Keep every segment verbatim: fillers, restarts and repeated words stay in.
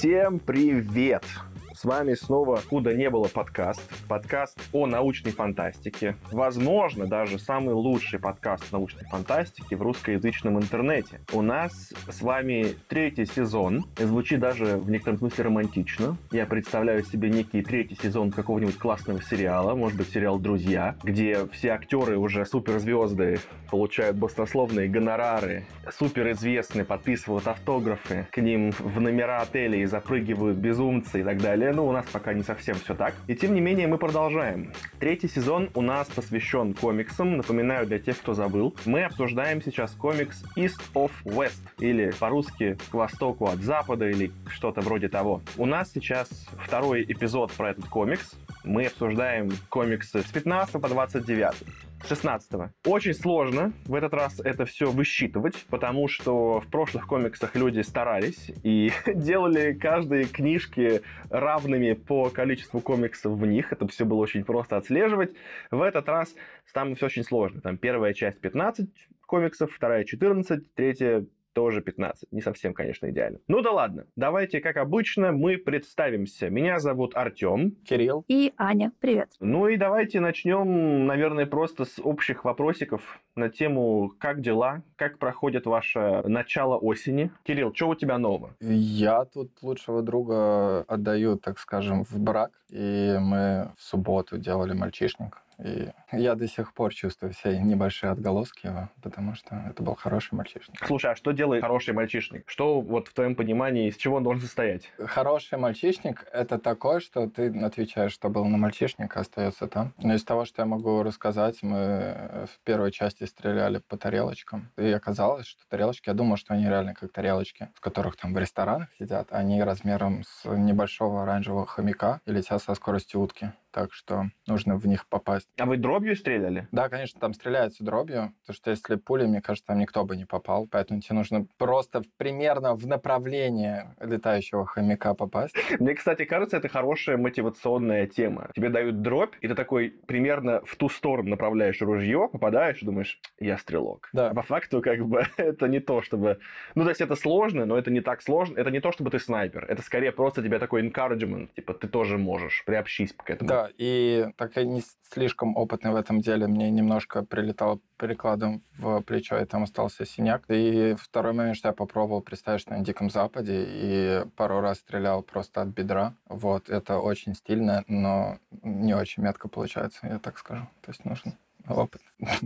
Всем привет! С вами снова «Куда не было» подкаст. Подкаст о научной фантастике. Возможно, даже самый лучший подкаст научной фантастики в русскоязычном интернете. У нас с вами третий сезон. И звучит даже в некотором смысле романтично. Я представляю себе некий третий сезон какого-нибудь классного сериала. Может быть, сериал «Друзья», где все актеры уже суперзвезды, получают баснословные гонорары, суперизвестные, подписывают автографы, к ним в номера отелей запрыгивают безумцы и так далее. Но у нас пока не совсем все так. И тем не менее мы продолжаем. Третий сезон у нас посвящен комиксам. Напоминаю для тех, кто забыл. Мы обсуждаем сейчас комикс East of West, или по-русски «К востоку от запада», или что-то вроде того. У нас сейчас второй эпизод про этот комикс. Мы обсуждаем комиксы с пятнадцатого по двадцать девятый. шестнадцатого. Очень сложно в этот раз это все высчитывать, потому что в прошлых комиксах люди старались и делали каждой книжки равными по количеству комиксов в них. Это все было очень просто отслеживать. В этот раз там все очень сложно. Там первая часть пятнадцать комиксов, вторая четырнадцать, третья тоже пятнадцать. Не совсем, конечно, идеально. Ну да ладно. Давайте, как обычно, мы представимся. Меня зовут Артем. Кирилл. И Аня. Привет. Ну и давайте начнем, наверное, просто с общих вопросиков на тему «Как дела?», «Как проходит ваше начало осени?». Кирилл, что у тебя нового? Я тут лучшего друга отдаю, так скажем, в брак. И мы в субботу делали мальчишник. И я до сих пор чувствую все небольшие отголоски его, потому что это был хороший мальчишник. Слушай, а что делает хороший мальчишник? Что вот в твоем понимании, из чего он должен состоять? Хороший мальчишник — это такое, что ты отвечаешь, что был на мальчишника, остается там. Но из того, что я могу рассказать, мы в первой части стреляли по тарелочкам. И оказалось, что тарелочки, я думал, что они реально как тарелочки, в которых там в ресторанах едят. Они размером с небольшого оранжевого хомяка и летят со скоростью утки. Так что нужно в них попасть. А вы дробью стреляли? Да, конечно, там стреляется дробью, потому что если пули, мне кажется, там никто бы не попал. Поэтому тебе нужно просто примерно в направление летающего хомяка попасть. Мне, кстати, кажется, это хорошая мотивационная тема. Тебе дают дробь, и ты такой примерно в ту сторону направляешь ружье, попадаешь и думаешь, я стрелок. Да. А по факту, как бы, это не то, чтобы... Ну, то есть это сложно, но это не так сложно. Это не то, чтобы ты снайпер. Это скорее просто тебе такой encouragement. Типа, ты тоже можешь. Приобщись к этому. Да, и так я не слишком опытный в этом деле, мне немножко прилетало перекладом в плечо, и там остался синяк. И второй момент, что я попробовал представить, что на Диком Западе, и пару раз стрелял просто от бедра. Вот, это очень стильно, но не очень метко получается, я так скажу. То есть нужен опыт.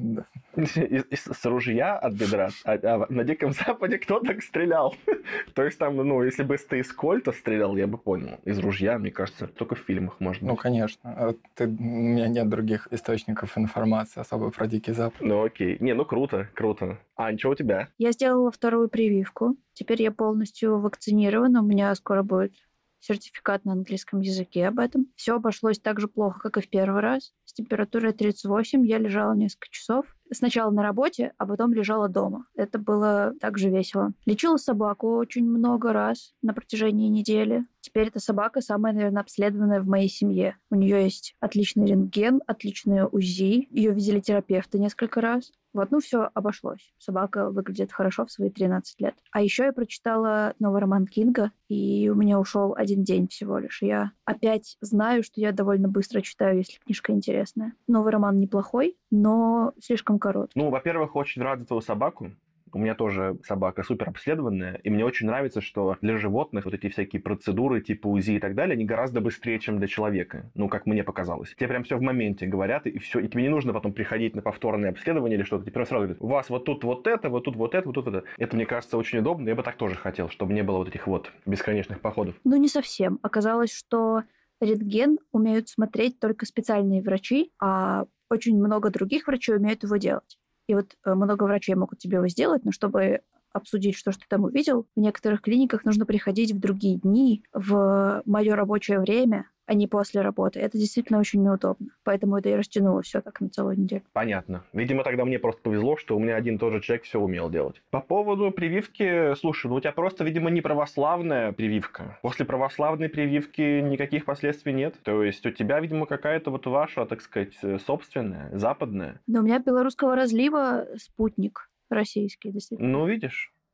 С ружья от бедра? А на Диком Западе кто так стрелял? То есть там, ну, если бы ты из кольта стрелял, я бы понял. Из ружья, мне кажется, только в фильмах можно. Ну, конечно. Ты, у меня нет других источников информации особо про Дикий Запад. Ну, окей. Не, ну, круто, круто. Ань, что у тебя? Я сделала вторую прививку. Теперь я полностью вакцинирована. У меня скоро будет сертификат на английском языке об этом. Все обошлось так же плохо, как и в первый раз. С температурой тридцать восемь я лежала несколько часов. Сначала на работе, а потом лежала дома. Это было также весело. Лечила собаку очень много раз на протяжении недели. Теперь эта собака самая, наверное, обследованная в моей семье. У нее есть отличный рентген, отличное УЗИ. Ее видели терапевты несколько раз. Вот, ну, все обошлось. Собака выглядит хорошо в свои тринадцать лет. А еще я прочитала новый роман Кинга, и у меня ушел один день всего лишь. И я опять знаю, что я довольно быстро читаю, если книжка интересная. Новый роман неплохой, но слишком короткий. Ну, во-первых, очень рад за твою собаку. У меня тоже собака супер обследованная, и мне очень нравится, что для животных вот эти всякие процедуры типа УЗИ и так далее, они гораздо быстрее, чем для человека. Ну, как мне показалось. Тебе прям все в моменте говорят, и все, и тебе не нужно потом приходить на повторное обследование или что-то. Тебе прям сразу говорят, у вас вот тут вот это, вот тут вот это, вот тут это. Это, мне кажется, очень удобно. Я бы так тоже хотел, чтобы не было вот этих вот бесконечных походов. Ну, не совсем. Оказалось, что рентген умеют смотреть только специальные врачи, а очень много других врачей умеют его делать. И вот много врачей могут тебе его сделать, но чтобы обсудить, что ж ты там увидел, в некоторых клиниках нужно приходить в другие дни, в мое рабочее время, а не после работы. Это действительно очень неудобно. Поэтому это и растянуло все так на целую неделю. Понятно. Видимо, тогда мне просто повезло, что у меня один и тот же человек все умел делать. По поводу прививки, слушай, ну у тебя просто, видимо, не православная прививка. После православной прививки никаких последствий нет. То есть у тебя, видимо, какая-то вот ваша, так сказать, собственная, западная. Но у меня белорусского разлива спутник российский, действительно. Ну, видишь.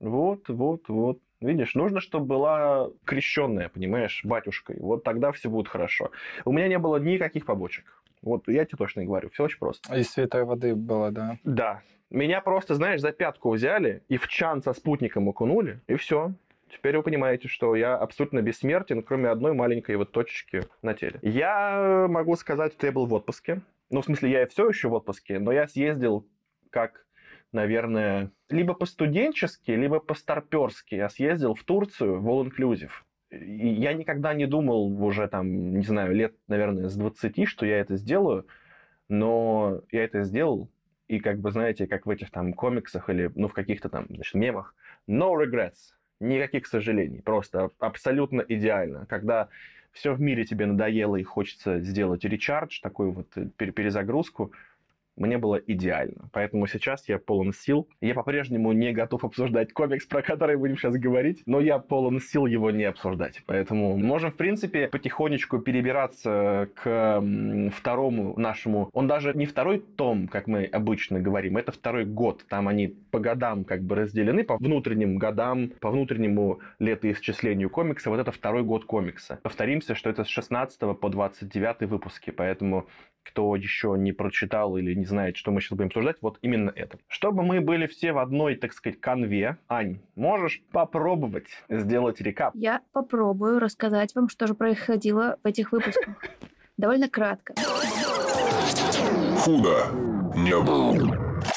Вот, вот, вот. Видишь, нужно, чтобы была крещенная, понимаешь, батюшкой. Вот тогда все будет хорошо. У меня не было никаких побочек. Вот я тебе точно говорю, все очень просто. Из святой воды было, да. Да. Меня просто, знаешь, за пятку взяли и в чан со спутником окунули, и все. Теперь вы понимаете, что я абсолютно бессмертен, кроме одной маленькой вот точечки на теле. Я могу сказать, что я был в отпуске. Ну, в смысле, я все еще в отпуске, но я съездил как, наверное, либо по-студенчески, либо по-старперски. Я съездил в Турцию в all-inclusive. И я никогда не думал уже там, не знаю, лет, наверное, с двадцати, что я это сделаю, но я это сделал. И как бы, знаете, как в этих там комиксах или, ну, в каких-то там, значит, мемах, no regrets. Никаких сожалений, просто абсолютно идеально. Когда все в мире тебе надоело и хочется сделать речардж, такую вот перезагрузку, мне было идеально. Поэтому сейчас я полон сил. Я по-прежнему не готов обсуждать комикс, про который будем сейчас говорить, но я полон сил его не обсуждать. Поэтому можем, в принципе, потихонечку перебираться к второму нашему... Он даже не второй том, как мы обычно говорим, это второй год. Там они по годам как бы разделены, по внутренним годам, по внутреннему летоисчислению комикса. Вот это второй год комикса. Повторимся, что это с шестнадцатого по двадцать девятый выпуски, поэтому... Кто еще не прочитал или не знает, что мы сейчас будем обсуждать, вот именно это. Чтобы мы были все в одной, так сказать, канве, Ань, можешь попробовать сделать рекап? Я попробую рассказать вам, что же происходило в этих выпусках. Довольно кратко. Худо не было.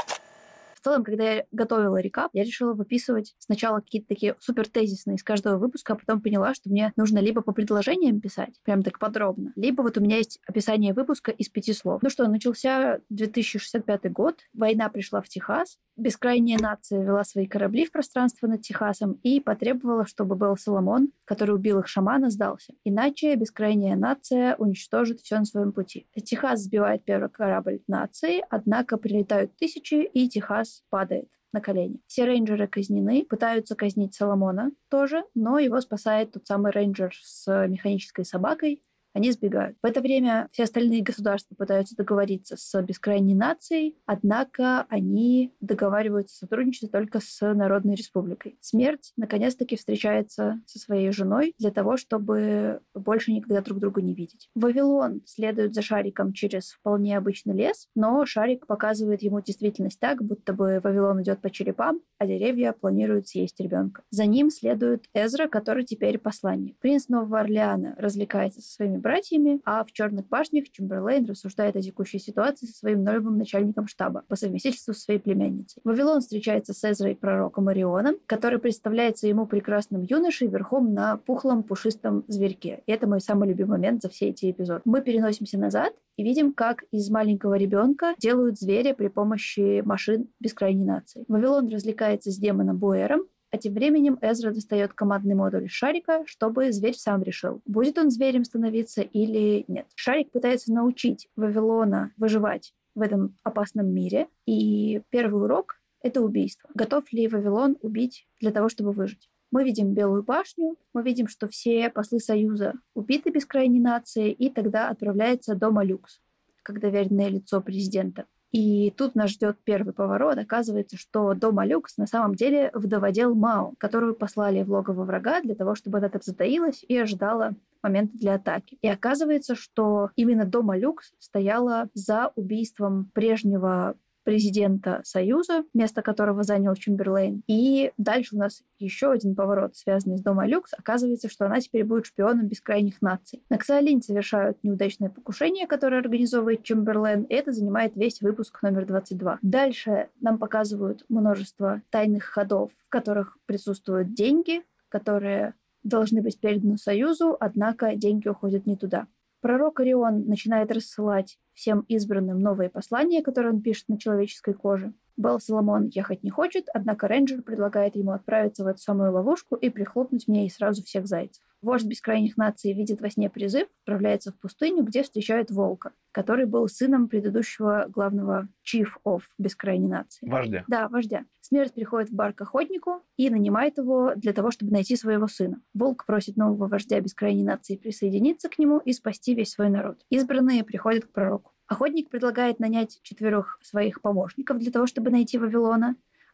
В целом, когда я готовила рекап, я решила выписывать сначала какие-то такие супертезисные из каждого выпуска, а потом поняла, что мне нужно либо по предложениям писать, прям так подробно, либо вот у меня есть описание выпуска из пяти слов. Ну что, начался две тысячи шестьдесят пятый год, война пришла в Техас, бескрайняя нация вела свои корабли в пространство над Техасом и потребовала, чтобы Белл Соломон, который убил их шамана, сдался. Иначе бескрайняя нация уничтожит все на своем пути. Техас сбивает первый корабль нации, однако прилетают тысячи, и Техас падает на колени. Все рейнджеры казнены, пытаются казнить Соломона тоже, но его спасает тот самый рейнджер с механической собакой. Они сбегают. В это время все остальные государства пытаются договориться с бескрайней нацией, однако они договариваются сотрудничать только с Народной Республикой. Смерть наконец-таки встречается со своей женой для того, чтобы больше никогда друг друга не видеть. Вавилон следует за Шариком через вполне обычный лес, но Шарик показывает ему действительность так, будто бы Вавилон идет по черепам, а деревья планируют съесть ребенка. За ним следует Эзра, который теперь посланник. Принц Нового Орлеана развлекается со своими братьями, а в Черных башнях Чемберлейн рассуждает о текущей ситуации со своим новым начальником штаба, по совместительству со своей племянницей. Вавилон встречается с Эзрой, пророком Орионом, который представляется ему прекрасным юношей верхом на пухлом пушистом зверьке. И это мой самый любимый момент за все эти эпизоды. Мы переносимся назад и видим, как из маленького ребенка делают зверя при помощи машин бескрайней нации. Вавилон развлекается с демоном Буэром, а тем временем Эзра достает командный модуль Шарика, чтобы зверь сам решил, будет он зверем становиться или нет. Шарик пытается научить Вавилона выживать в этом опасном мире, и первый урок — это убийство. Готов ли Вавилон убить для того, чтобы выжить? Мы видим Белую башню, мы видим, что все послы Союза убиты бескрайней нацией, и тогда отправляется Дома Люкс, как доверенное лицо президента. И тут нас ждет первый поворот. Оказывается, что Дома Люкс на самом деле вдоводел Мао, которую послали в логово врага для того, чтобы она так затаилась и ожидала момента для атаки. И оказывается, что именно Дома Люкс стояла за убийством прежнего президента Союза, место которого занял Чемберлейн. И дальше у нас еще один поворот, связанный с Дома Люкс. Оказывается, что она теперь будет шпионом бескрайних наций. На Ксаолинь совершают неудачное покушение, которое организовывает Чемберлейн, и это занимает весь выпуск номер двадцать два. Дальше нам показывают множество тайных ходов, в которых присутствуют деньги, которые должны быть переданы Союзу, однако деньги уходят не туда. Пророк Орион начинает рассылать всем избранным новые послания, которые он пишет на человеческой коже. Белл Соломон ехать не хочет, однако рейнджер предлагает ему отправиться в эту самую ловушку и прихлопнуть в ней сразу всех зайцев. Вождь бескрайних наций видит во сне призыв, отправляется в пустыню, где встречает волка, который был сыном предыдущего главного chief of бескрайней нации. Вождя. Да, вождя. Смерть приходит в бар к охотнику и нанимает его для того, чтобы найти своего сына. Волк просит нового вождя бескрайней нации присоединиться к нему и спасти весь свой народ. Избранные приходят к пророку. Охотник предлагает нанять четверых своих помощников для того, чтобы найти Вавилона,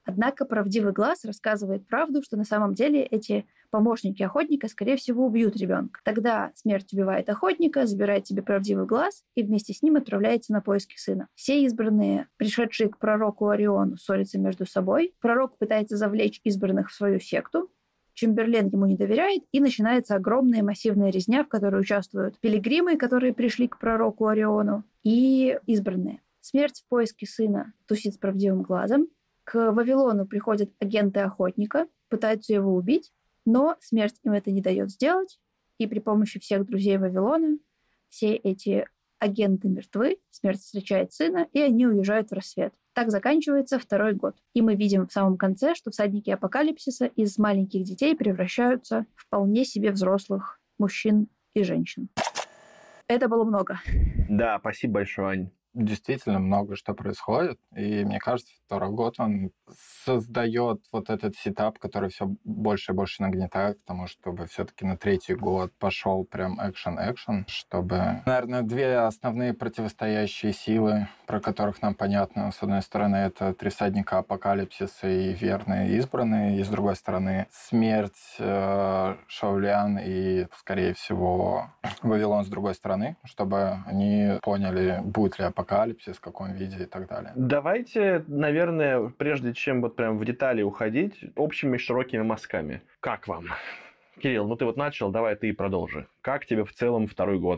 Однако правдивый глаз рассказывает правду, что на самом деле эти помощники охотника, скорее всего, убьют ребенка. Тогда смерть убивает охотника, забирает себе правдивый глаз и вместе с ним отправляется на поиски сына. Все избранные, пришедшие к пророку Ориону, ссорятся между собой. Пророк пытается завлечь избранных в свою секту. Чемберлен ему не доверяет, и начинается огромная массивная резня, в которой участвуют пилигримы, которые пришли к пророку Ориону, и избранные. Смерть в поиске сына тусит с правдивым глазом. К Вавилону приходят агенты охотника, пытаются его убить, но смерть им это не дает сделать, и при помощи всех друзей Вавилона все эти агенты мертвы, смерть встречает сына, и они уезжают в рассвет. Так заканчивается второй год. И мы видим в самом конце, что всадники апокалипсиса из маленьких детей превращаются в вполне себе взрослых мужчин и женщин. Это было много. Да, спасибо большое, Ань. Действительно много что происходит, и мне кажется, второй год он создает вот этот сетап, который все больше и больше нагнетает к тому, чтобы все-таки на третий год пошел прям экшен-экшен, чтобы, наверное, две основные противостоящие силы, про которых нам понятно. С одной стороны, это три всадника апокалипсиса и верные избранные, и с другой стороны, смерть э, Шаолян и, скорее всего, Вавилон с другой стороны, чтобы они поняли, будет ли апокалипсис, апокалипсис, в каком виде и так далее. Давайте, наверное, прежде чем вот прям в детали уходить, общими широкими мазками. Как вам? Кирилл, ну ты вот начал, давай ты и продолжи. Как тебе в целом второй год?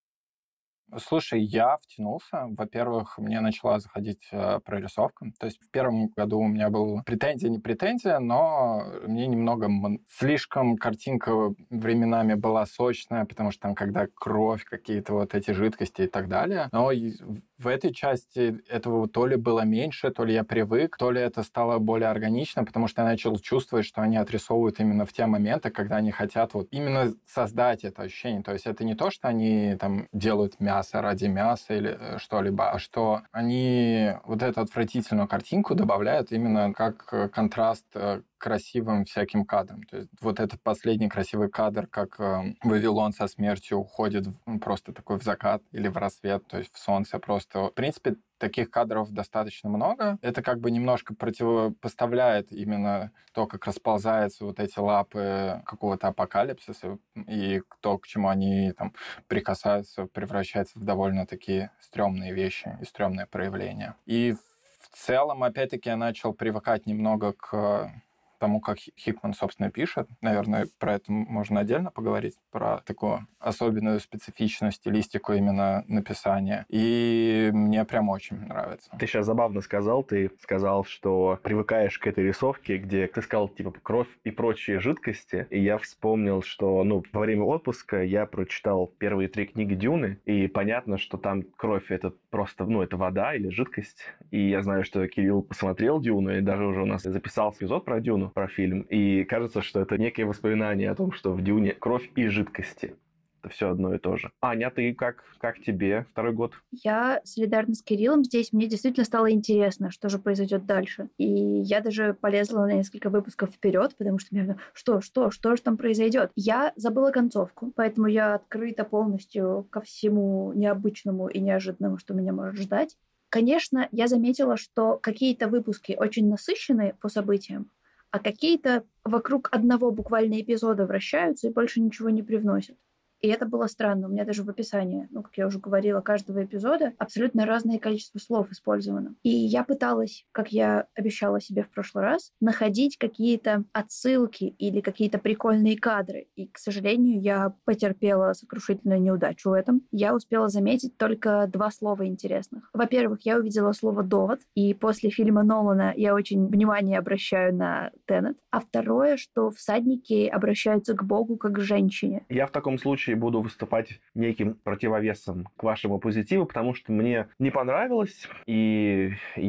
Слушай, я втянулся. Во-первых, мне начала заходить э, прорисовка. То есть в первом году у меня была претензия, не претензия, но мне немного м- слишком картинка временами была сочная, потому что там, когда кровь, какие-то вот эти жидкости и так далее. Но и в этой части этого то ли было меньше, то ли я привык, то ли это стало более органично, потому что я начал чувствовать, что они отрисовывают именно в те моменты, когда они хотят вот именно создать это ощущение. То есть это не то, что они там делают мясо ради мяса или что-либо, а что они вот эту отвратительную картинку добавляют именно как контраст к красивым всяким кадрам. То есть вот этот последний красивый кадр, как Вавилон со смертью уходит просто такой в закат или в рассвет, то есть в солнце просто. В принципе, таких кадров достаточно много. Это как бы немножко противопоставляет именно то, как расползаются вот эти лапы какого-то апокалипсиса, и то, к чему они там прикасаются, превращается в довольно такие стрёмные вещи и стрёмные проявления. И в целом, опять-таки, я начал привыкать немного к тому, как Хикман, собственно, пишет. Наверное, про это можно отдельно поговорить, про такую особенную специфичную стилистику именно написания. И мне прям очень нравится. Ты сейчас забавно сказал, ты сказал, что привыкаешь к этой рисовке, где ты сказал, типа, кровь и прочие жидкости, и я вспомнил, что, ну, во время отпуска я прочитал первые три книги Дюны, и понятно, что там кровь — это просто, ну, это вода или жидкость, и я знаю, что Кирилл посмотрел Дюну, и даже уже у нас записался эпизод про Дюну, про фильм, и кажется, что это некое воспоминание о том, что в Дюне кровь и жидкости. Это все одно и то же. Аня, ты как, как тебе второй год? Я солидарна с Кириллом здесь. Мне действительно стало интересно, что же произойдет дальше. И я даже полезла на несколько выпусков вперед, потому что мне что, что, что же там произойдет? Я забыла концовку, поэтому я открыта полностью ко всему необычному и неожиданному, что меня может ждать. Конечно, я заметила, что какие-то выпуски очень насыщенные по событиям, а какие-то вокруг одного буквально эпизода вращаются и больше ничего не привносят. И это было странно. У меня даже в описании, ну, как я уже говорила, каждого эпизода абсолютно разное количество слов использовано. И я пыталась, как я обещала себе в прошлый раз, находить какие-то отсылки или какие-то прикольные кадры. И, к сожалению, я потерпела сокрушительную неудачу в этом. Я успела заметить только два слова интересных. Во-первых, я увидела слово «довод», и после фильма Нолана я очень внимание обращаю на Тенет. А второе, что всадники обращаются к Богу как к женщине. Я в таком случае буду выступать неким противовесом к вашему позитиву, потому что мне не понравилось, и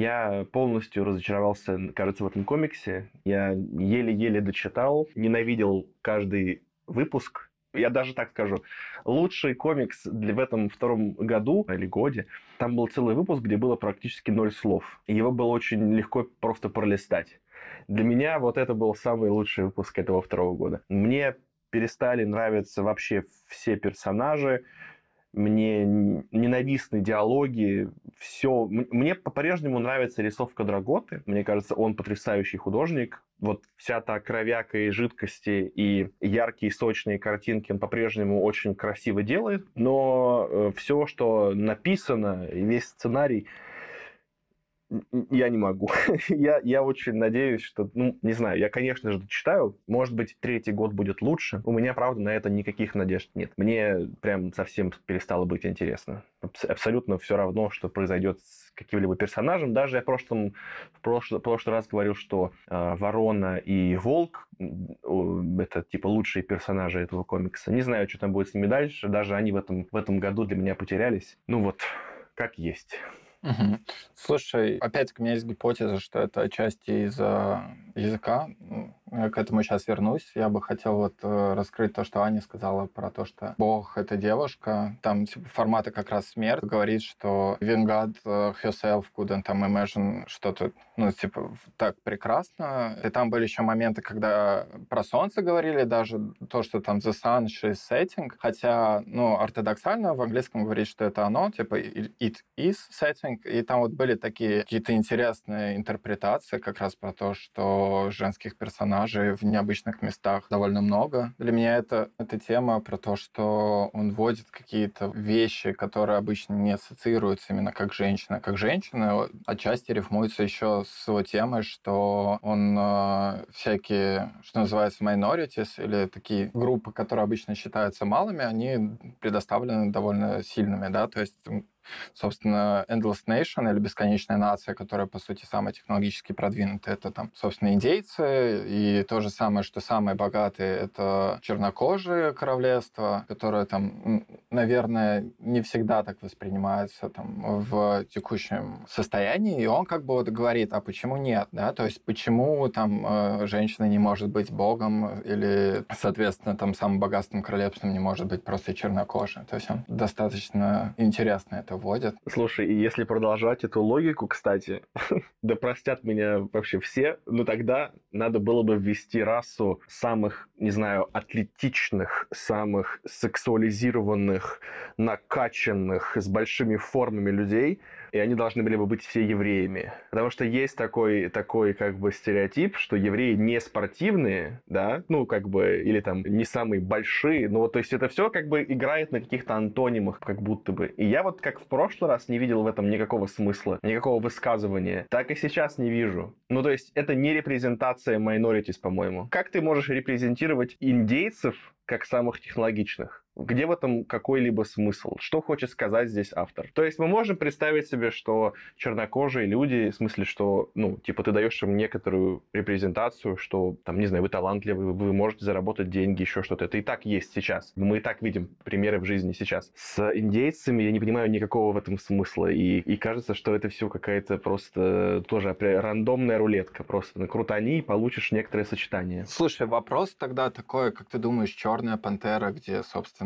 я полностью разочаровался, кажется, в этом комиксе. Я еле-еле дочитал, ненавидел каждый выпуск. Я даже так скажу, лучший комикс для в этом втором году или годе, там был целый выпуск, где было практически ноль слов. И его было очень легко просто пролистать. Для меня вот это был самый лучший выпуск этого второго года. Мне перестали нравиться вообще все персонажи. мне ненавистны диалоги, все. Мне по-прежнему нравится рисовка Драготы. Мне кажется, он потрясающий художник. Вот вся та кровяка и жидкости, и яркие сочные картинки он по-прежнему очень красиво делает. Но все, что написано, и весь сценарий, я не могу. я, я очень надеюсь, что... Ну, не знаю, я, конечно же, читаю. Может быть, третий год будет лучше. У меня, правда, на это никаких надежд нет. Мне прям совсем перестало быть интересно. Абс- абсолютно все равно, что произойдет с каким-либо персонажем. Даже я в прошлом, в прошлый, в прошлый раз говорил, что э, Ворона и Волк э, это, типа, лучшие персонажи этого комикса. Не знаю, что там будет с ними дальше. Даже они в этом, в этом году для меня потерялись. Ну вот, как есть. Угу. Слушай, опять у меня есть гипотеза, что это отчасти из-за языка. Я к этому сейчас вернусь. Я бы хотел вот раскрыть то, что Аня сказала про то, что Бог — это девушка. Там типа формата как раз смерть. Говорит, что even God herself couldn't там imagine что-то, ну, типа, так прекрасно. И там были еще моменты, когда про солнце говорили, даже то, что там the sun, she's setting. Хотя, ну, ортодоксально в английском говорит, что это оно, типа it is setting. И там вот были такие какие-то интересные интерпретации как раз про то, что женских персонажей в необычных местах довольно много. Для меня это, это тема про то, что он вводит какие-то вещи, которые обычно не ассоциируются именно как женщина. Как женщина отчасти рифмуется еще с его темой, что он э, всякие, что называется, minorities, или такие группы, которые обычно считаются малыми, они предоставлены довольно сильными, да, то есть собственно, Endless Nation или Бесконечная нация, которая, по сути, самая технологически продвинутая, это там, собственно, индейцы, и то же самое, что самые богатые, это чернокожие королевства, которое там, наверное, не всегда так воспринимается там в текущем состоянии, и он как бы вот говорит, а почему нет, да, то есть почему там женщина не может быть богом или, соответственно, там самым богатым королевством не может быть просто чернокожая, то есть он достаточно интересно это вводят. Слушай, и если продолжать эту логику, кстати, да простят меня вообще все, но тогда надо было бы ввести расу самых, не знаю, атлетичных, самых сексуализированных, накачанных, с большими формами людей, и они должны были бы быть все евреями. Потому что есть такой, такой как бы стереотип, что евреи не спортивные, да, ну, как бы, или там не самые большие, ну, то есть это все как бы играет на каких-то антонимах, как будто бы. И я вот как в прошлый раз не видел в этом никакого смысла, никакого высказывания, так и сейчас не вижу. Ну, то есть это не репрезентация minorities, по-моему. Как ты можешь репрезентировать индейцев как самых технологичных? Где в этом какой-либо смысл? Что хочет сказать здесь автор? То есть мы можем представить себе, что чернокожие люди, в смысле, что, ну, типа, ты даешь им некоторую репрезентацию, что, там, не знаю, вы талантливы, вы можете заработать деньги, еще что-то. Это и так есть сейчас. Мы и так видим примеры в жизни сейчас. С индейцами я не понимаю никакого в этом смысла. И, и кажется, что это все какая-то просто тоже рандомная рулетка. Просто крутани и получишь некоторое сочетание. Слушай, вопрос тогда такой, как ты думаешь, «Черная пантера», где, собственно,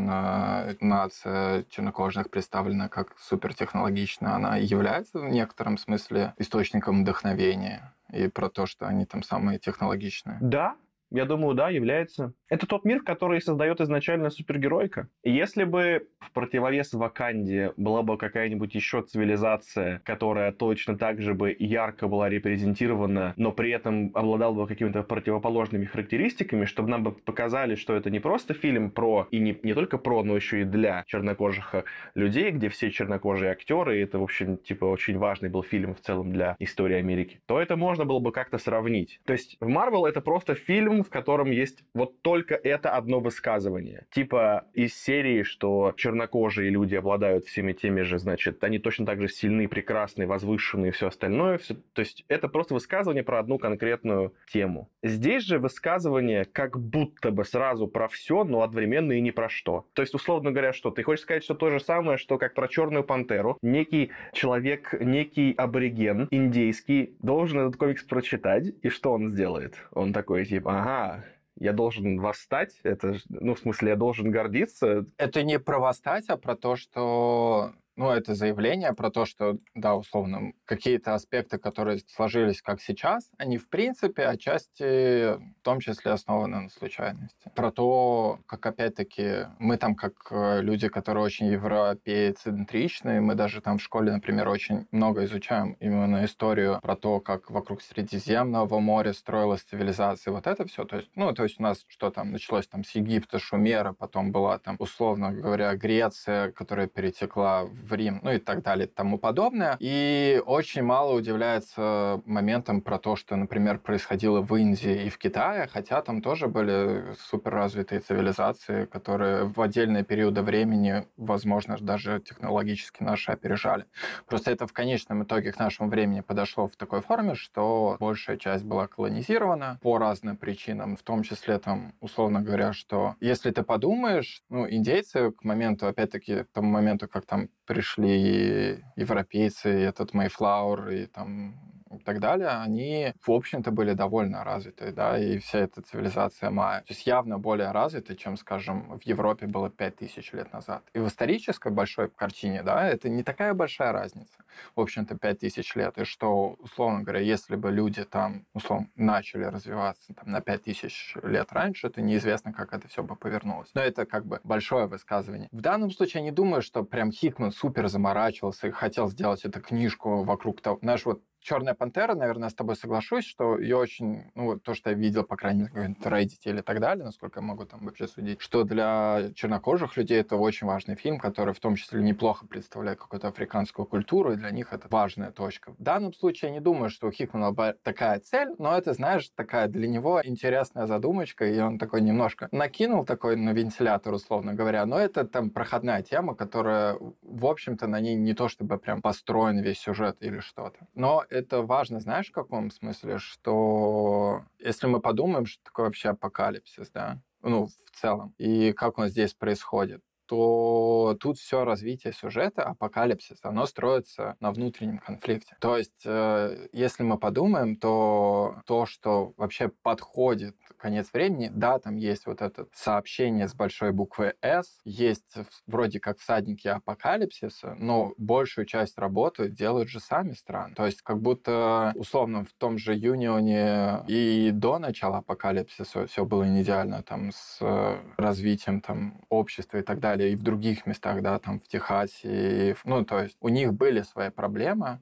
нация чернокожих представлена как супертехнологичная, она является в некотором смысле источником вдохновения и про то, что они там самые технологичные? Да, я думаю, да, является. Это тот мир, который создает изначально супергеройка. И если бы в противовес Ваканде была бы какая-нибудь еще цивилизация, которая точно так же бы ярко была репрезентирована, но при этом обладала бы какими-то противоположными характеристиками, чтобы нам бы показали, что это не просто фильм про, и не, не только про, но еще и для чернокожих людей, где все чернокожие актеры, и это, в общем, типа, очень важный был фильм в целом для истории Америки, то это можно было бы как-то сравнить. То есть в Марвел это просто фильм, в котором есть вот только это одно высказывание. Типа из серии, что чернокожие люди обладают всеми теми же, значит, они точно так же сильны, прекрасны, возвышенные и все остальное. Все, то есть это просто высказывание про одну конкретную тему. Здесь же высказывание как будто бы сразу про все, но одновременно и не про что. То есть, условно говоря, что? Ты хочешь сказать, что то же самое, что как про Черную пантеру, некий человек, некий абориген индейский должен этот комикс прочитать, и что он сделает? Он такой, типа, ага, я должен восстать, это, ну, в смысле, я должен гордиться. Это не про восстать, а про то, что ну, это заявление про то, что, да, условно, какие-то аспекты, которые сложились как сейчас, они, в принципе, отчасти, в том числе, основаны на случайности. Про то, как, опять-таки, мы там, как люди, которые очень европеоцентричные, мы даже там в школе, например, очень много изучаем именно историю про то, как вокруг Средиземного моря строилась цивилизация, вот это все. То есть, ну, то есть у нас что там началось там с Египта, Шумера, потом была там, условно говоря, Греция, которая перетекла в Рим, ну и так далее, и тому подобное. И очень мало удивляется моментом про то, что, например, происходило в Индии и в Китае, хотя там тоже были суперразвитые цивилизации, которые в отдельные периоды времени, возможно, даже технологически наши опережали. Просто это в конечном итоге к нашему времени подошло в такой форме, что большая часть была колонизирована по разным причинам, в том числе, там, условно говоря, что если ты подумаешь, ну, индейцы к моменту, опять-таки, к тому моменту, как там пришли европейцы, и этот Мейфлауэр, и там и так далее, они, в общем-то, были довольно развиты, да, и вся эта цивилизация майя. То есть явно более развиты, чем, скажем, в Европе было пять тысяч лет назад. И в исторической большой картине, да, это не такая большая разница, в общем-то, пять тысяч лет. И что, условно говоря, если бы люди там, условно, начали развиваться там, на пять тысяч лет раньше, то неизвестно, как это все бы повернулось. Но это как бы большое высказывание. В данном случае я не думаю, что прям Хикман супер заморачивался и хотел сделать эту книжку вокруг того, знаешь, вот «Черная пантера», наверное, с тобой соглашусь, что ее очень, ну, то, что я видел, по крайней мере, в Reddit или так далее, насколько я могу там вообще судить, что для чернокожих людей это очень важный фильм, который в том числе неплохо представляет какую-то африканскую культуру, и для них это важная точка. В данном случае я не думаю, что у Хикмана была такая цель, но это, знаешь, такая для него интересная задумочка, и он такой немножко накинул такой на вентилятор, условно говоря, но это там проходная тема, которая, в общем-то, на ней не то чтобы прям построен весь сюжет или что-то. Но это важно, знаешь, в каком смысле, что если мы подумаем, что такое вообще апокалипсис, да, ну, в целом, и как он здесь происходит, то тут все развитие сюжета, апокалипсис, оно строится на внутреннем конфликте. То есть, э, если мы подумаем, то то, что вообще подходит конец времени, да, там есть вот это сообщение с большой буквы «С», есть вроде как всадники апокалипсиса, но большую часть работы делают же сами страны. То есть, как будто, условно, в том же Юнионе и до начала апокалипсиса все было не идеально, там, с развитием там общества и так далее, и в других местах, да, там в Техасе. И, ну, то есть у них были свои проблемы,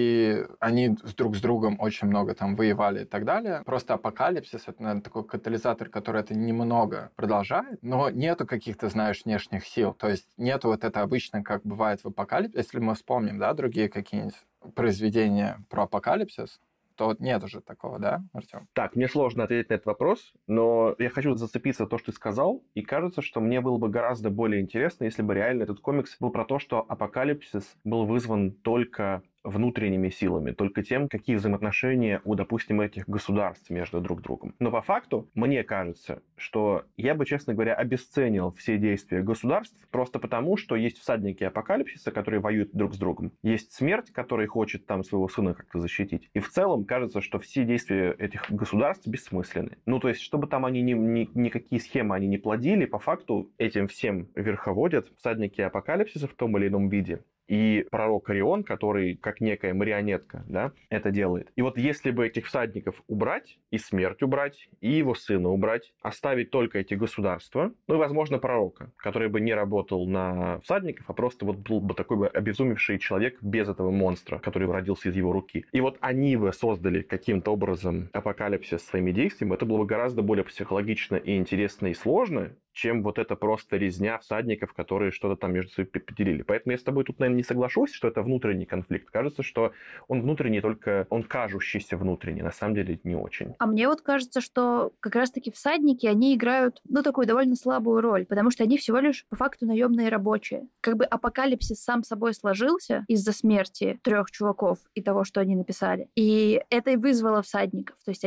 и они с друг с другом очень много там воевали и так далее. Просто апокалипсис — это, наверное, такой катализатор, который это немного продолжает, но нету каких-то, знаешь, внешних сил. То есть нету вот это обычно, как бывает в апокалипсисе. Если мы вспомним, да, другие какие-нибудь произведения про апокалипсис, то нет уже такого, да, Артём? Так, мне сложно ответить на этот вопрос, но я хочу зацепиться за то, что ты сказал, и кажется, что мне было бы гораздо более интересно, если бы реально этот комикс был про то, что апокалипсис был вызван только внутренними силами, только тем, какие взаимоотношения у, допустим, этих государств между друг другом. Но по факту, мне кажется, что я бы, честно говоря, обесценил все действия государств просто потому, что есть всадники апокалипсиса, которые воюют друг с другом. Есть смерть, которая хочет там своего сына как-то защитить. И в целом кажется, что все действия этих государств бессмысленны. Ну, то есть, чтобы там они ни, ни, никакие схемы они не плодили, по факту этим всем верховодят всадники апокалипсиса в том или ином виде. И пророк Орион, который как некая марионетка, да, это делает. И вот если бы этих всадников убрать, и смерть убрать, и его сына убрать, оставить только эти государства, ну и, возможно, пророка, который бы не работал на всадников, а просто вот был бы такой бы обезумевший человек без этого монстра, который родился из его руки. И вот они бы создали каким-то образом апокалипсис своими действиями, это было бы гораздо более психологично и интересно и сложно, чем вот это просто резня всадников, которые что-то там между собой поделили. Поэтому я с тобой тут, наверное, не соглашусь, что это внутренний конфликт. Кажется, что он внутренний, только он кажущийся внутренний. На самом деле не очень. А мне вот кажется, что как раз-таки всадники, они играют, ну, такую довольно слабую роль, потому что они всего лишь по факту наемные рабочие. Как бы апокалипсис сам собой сложился из-за смерти трех чуваков и того, что они написали. И это и вызвало всадников. То есть они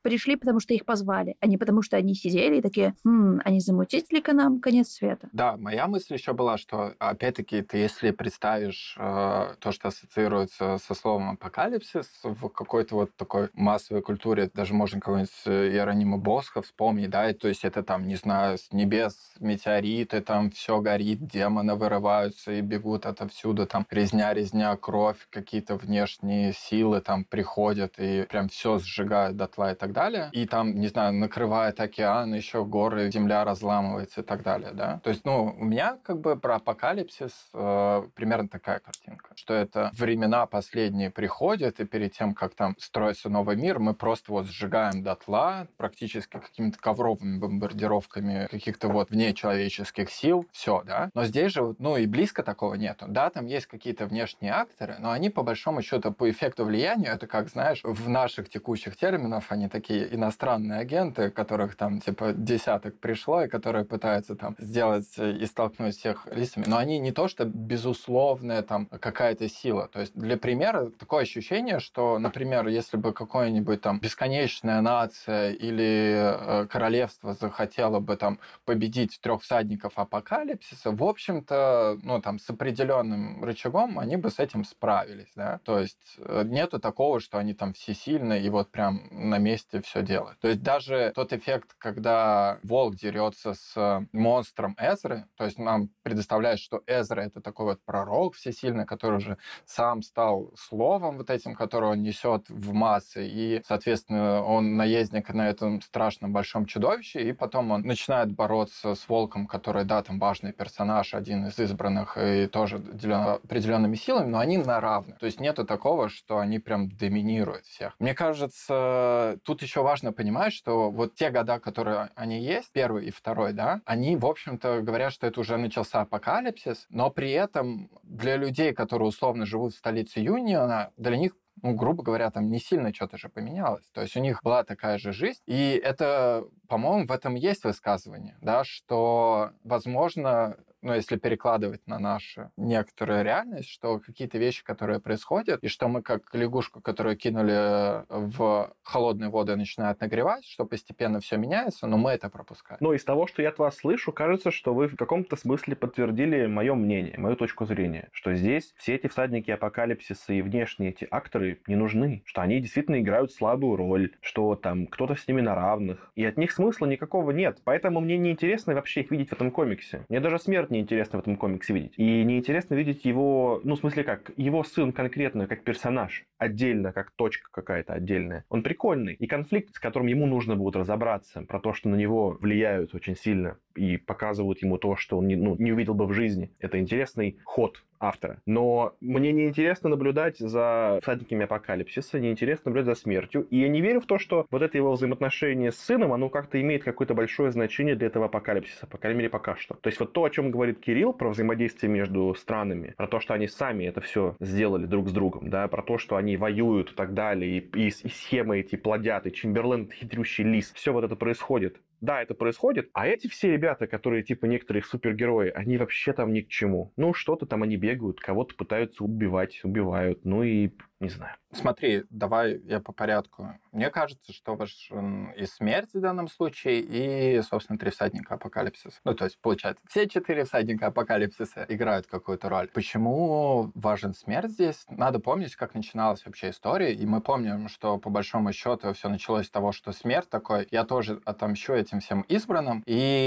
пришли, потому что их позвали, а не потому что они сидели и такие, хм, а не замутить ли-ка нам конец света? Да, моя мысль еще была, что, опять-таки, ты если представишь э, то, что ассоциируется со словом апокалипсис в какой-то вот такой массовой культуре, даже можно кого-нибудь Иеронима Босха вспомнить, да, и, то есть это там, не знаю, с небес метеориты, там все горит, демоны вырываются и бегут отовсюду, там резня, резня, кровь, какие-то внешние силы там приходят и прям все сжигают дотла и так далее. И там, не знаю, накрывает океан, еще горы, земля разламывается и так далее, да. То есть, ну, у меня как бы про апокалипсис э, примерно такая картинка, что это времена последние приходят, и перед тем, как там строится новый мир, мы просто вот сжигаем дотла практически какими-то ковровыми бомбардировками каких-то вот внечеловеческих сил, все, да. Но здесь же, ну, и близко такого нету. Да, там есть какие-то внешние акторы, но они, по большому счету, по эффекту влияния, это как, знаешь, в наших текущих терминах они такие иностранные агенты, которых там, типа, десяток пришло, и которые пытаются там сделать и столкнуть всех листьями. Но они не то, что безусловная там какая-то сила. То есть, для примера, такое ощущение, что, например, если бы какое-нибудь там бесконечная нация или э, королевство захотело бы там победить трех всадников апокалипсиса, в общем-то, ну, там, с определенным рычагом они бы с этим справились, да. То есть, э, нету такого, что они там всесильны и вот прям на месте все делают. То есть, даже тот эффект, когда волк дерется с монстром Эзры, то есть нам предоставляет, что Эзра — это такой вот пророк всесильный, который уже сам стал словом вот этим, которое он несет в массы, и, соответственно, он наездник на этом страшном большом чудовище, и потом он начинает бороться с волком, который, да, там важный персонаж, один из избранных, и тоже делен определенными силами, но они на равных. То есть нету такого, что они прям доминируют всех. Мне кажется, тут еще важно понимать, что вот те года, которые они есть, первый и второй, да, они, в общем-то, говорят, что это уже начался апокалипсис, но при этом для людей, которые условно живут в столице Юниона, для них, ну, грубо говоря, там не сильно что-то же поменялось. То есть у них была такая же жизнь. И это, по-моему, в этом есть высказывание, да, что, возможно, ну, если перекладывать на нашу некоторую реальность, что какие-то вещи, которые происходят, и что мы как лягушку, которую кинули в холодные воды, начинают нагревать, что постепенно все меняется, но мы это пропускаем. Но из того, что я от вас слышу, кажется, что вы в каком-то смысле подтвердили мое мнение, мою точку зрения, что здесь все эти всадники апокалипсиса и внешние эти акторы не нужны, что они действительно играют слабую роль, что там кто-то с ними на равных, и от них смысла никакого нет. Поэтому мне не интересно вообще их видеть в этом комиксе. Мне даже смерть не интересно в этом комиксе видеть. И не интересно видеть его, ну, в смысле как, его сын конкретно как персонаж, отдельно, как точка какая-то отдельная. Он прикольный. И конфликт, с которым ему нужно будет разобраться, про то, что на него влияют очень сильно и показывают ему то, что он не, ну, не увидел бы в жизни. Это интересный ход автора. Но мне не интересно наблюдать за всадниками апокалипсиса, не интересно наблюдать за смертью. И я не верю в то, что вот это его взаимоотношение с сыном, оно как-то имеет какое-то большое значение для этого апокалипсиса. По крайней мере, пока что. То есть вот то, о чем говорит Кирилл, про взаимодействие между странами, про то, что они сами это все сделали друг с другом, да, про то, что они воюют и так далее, и, и, и схемы эти плодят, и Чемберлен хитрющий лис, все вот это происходит. Да, это происходит, а эти все ребята, которые типа некоторые супергерои, они вообще там ни к чему. Ну, что-то там они бегают, кого-то пытаются убивать, убивают, ну и не знаю. Смотри, давай я по порядку. Мне кажется, что важен и смерть в данном случае, и, собственно, три всадника апокалипсиса. Ну, то есть, получается, все четыре всадника апокалипсиса играют какую-то роль. Почему важен смерть здесь? Надо помнить, как начиналась вообще история, и мы помним, что, по большому счету, все началось с того, что смерть такой, я тоже отомщу этим всем избранным,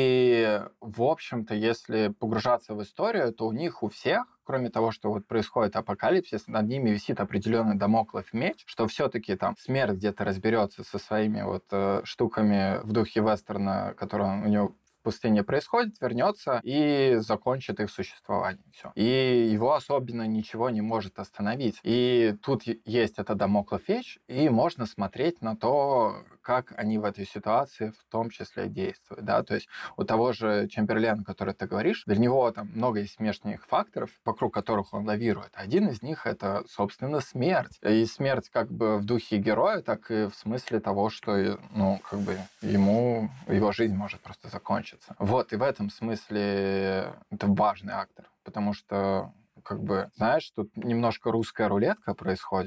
и, в общем-то, если погружаться в историю, то у них у всех, кроме того, что вот происходит апокалипсис, над ними висит определенный дамоклов меч, что все-таки там смерть где-то разберется со своими вот э, штуками в духе вестерна, который у него в пустыне происходит, вернется и закончит их существование. Все. И его особенно ничего не может остановить. И тут есть эта дамоклов меч, и можно смотреть на то, как они в этой ситуации в том числе действуют. Да? То есть у того же Чемберлена, который ты говоришь, для него там много есть внешних факторов, вокруг которых он лавирует. Один из них — это, собственно, смерть. И смерть как бы в духе героя, так и в смысле того, что, ну, как бы ему, его жизнь может просто закончиться. Вот, и в этом смысле это важный актор, потому что, как бы, знаешь, тут немножко русская рулетка происходит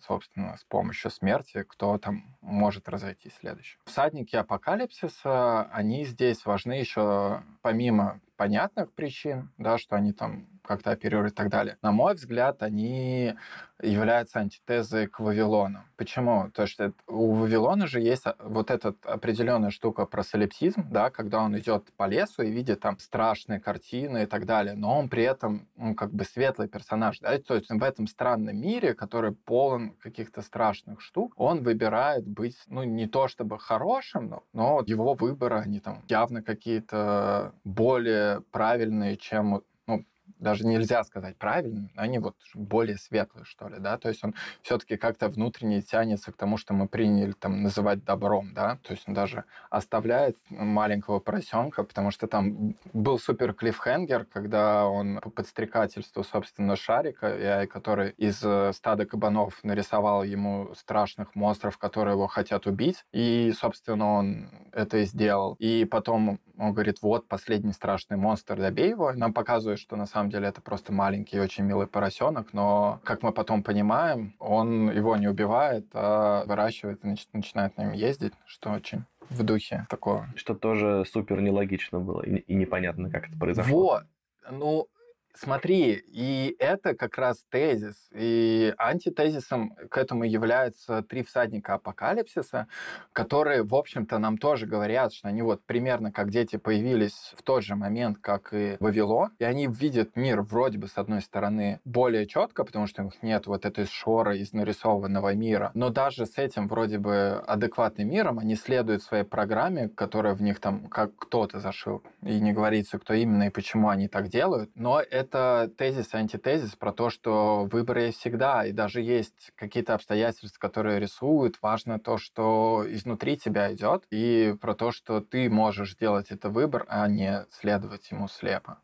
собственно, с помощью смерти, кто там может разойтись следующим. Всадники апокалипсиса, они здесь важны еще помимо понятных причин, да, что они там как-то оперируют и так далее. На мой взгляд, они являются антитезой к Вавилону. Почему? Потому что у Вавилона же есть вот эта определенная штука про солипсизм, да, когда он идет по лесу и видит там страшные картины и так далее, но он при этом, ну, как бы светлый персонаж, да, то есть в этом странном мире, который полон каких-то страшных штук, он выбирает быть, ну, не то чтобы хорошим, но, но его выборы, они там явно какие-то более правильные, чем, ну, даже нельзя сказать правильно, они вот более светлые, что ли, да, то есть он все-таки как-то внутренне тянется к тому, что мы приняли там называть добром, да, то есть он даже оставляет маленького поросенка, потому что там был супер клиффхенгер, когда он по подстрекательству, собственно, Шарика, который из стада кабанов нарисовал ему страшных монстров, которые его хотят убить, и, собственно, он это и сделал. И потом он говорит, вот, последний страшный монстр, добей его. Нам показывают, что на самом деле это просто маленький, очень милый поросенок, но, как мы потом понимаем, он его не убивает, а выращивает и нач- начинает на нем ездить, что очень в духе такого. Что тоже супер нелогично было и, и непонятно, как это произошло. Вот. Ну, смотри, и это как раз тезис. И антитезисом к этому являются три всадника апокалипсиса, которые, в общем-то, нам тоже говорят, что они вот примерно как дети появились в тот же момент, как и Вавилон, и они видят мир вроде бы, с одной стороны, более четко, потому что у них нет вот этой шоры из нарисованного мира, но даже с этим вроде бы адекватным миром они следуют своей программе, которая в них там как кто-то зашил, и не говорится, кто именно и почему они так делают, но это тезис и антитезис про то, что выбор есть всегда, и даже есть какие-то обстоятельства, которые рисуют. Важно то, что изнутри тебя идет, и про то, что ты можешь сделать этот выбор, а не следовать ему слепо.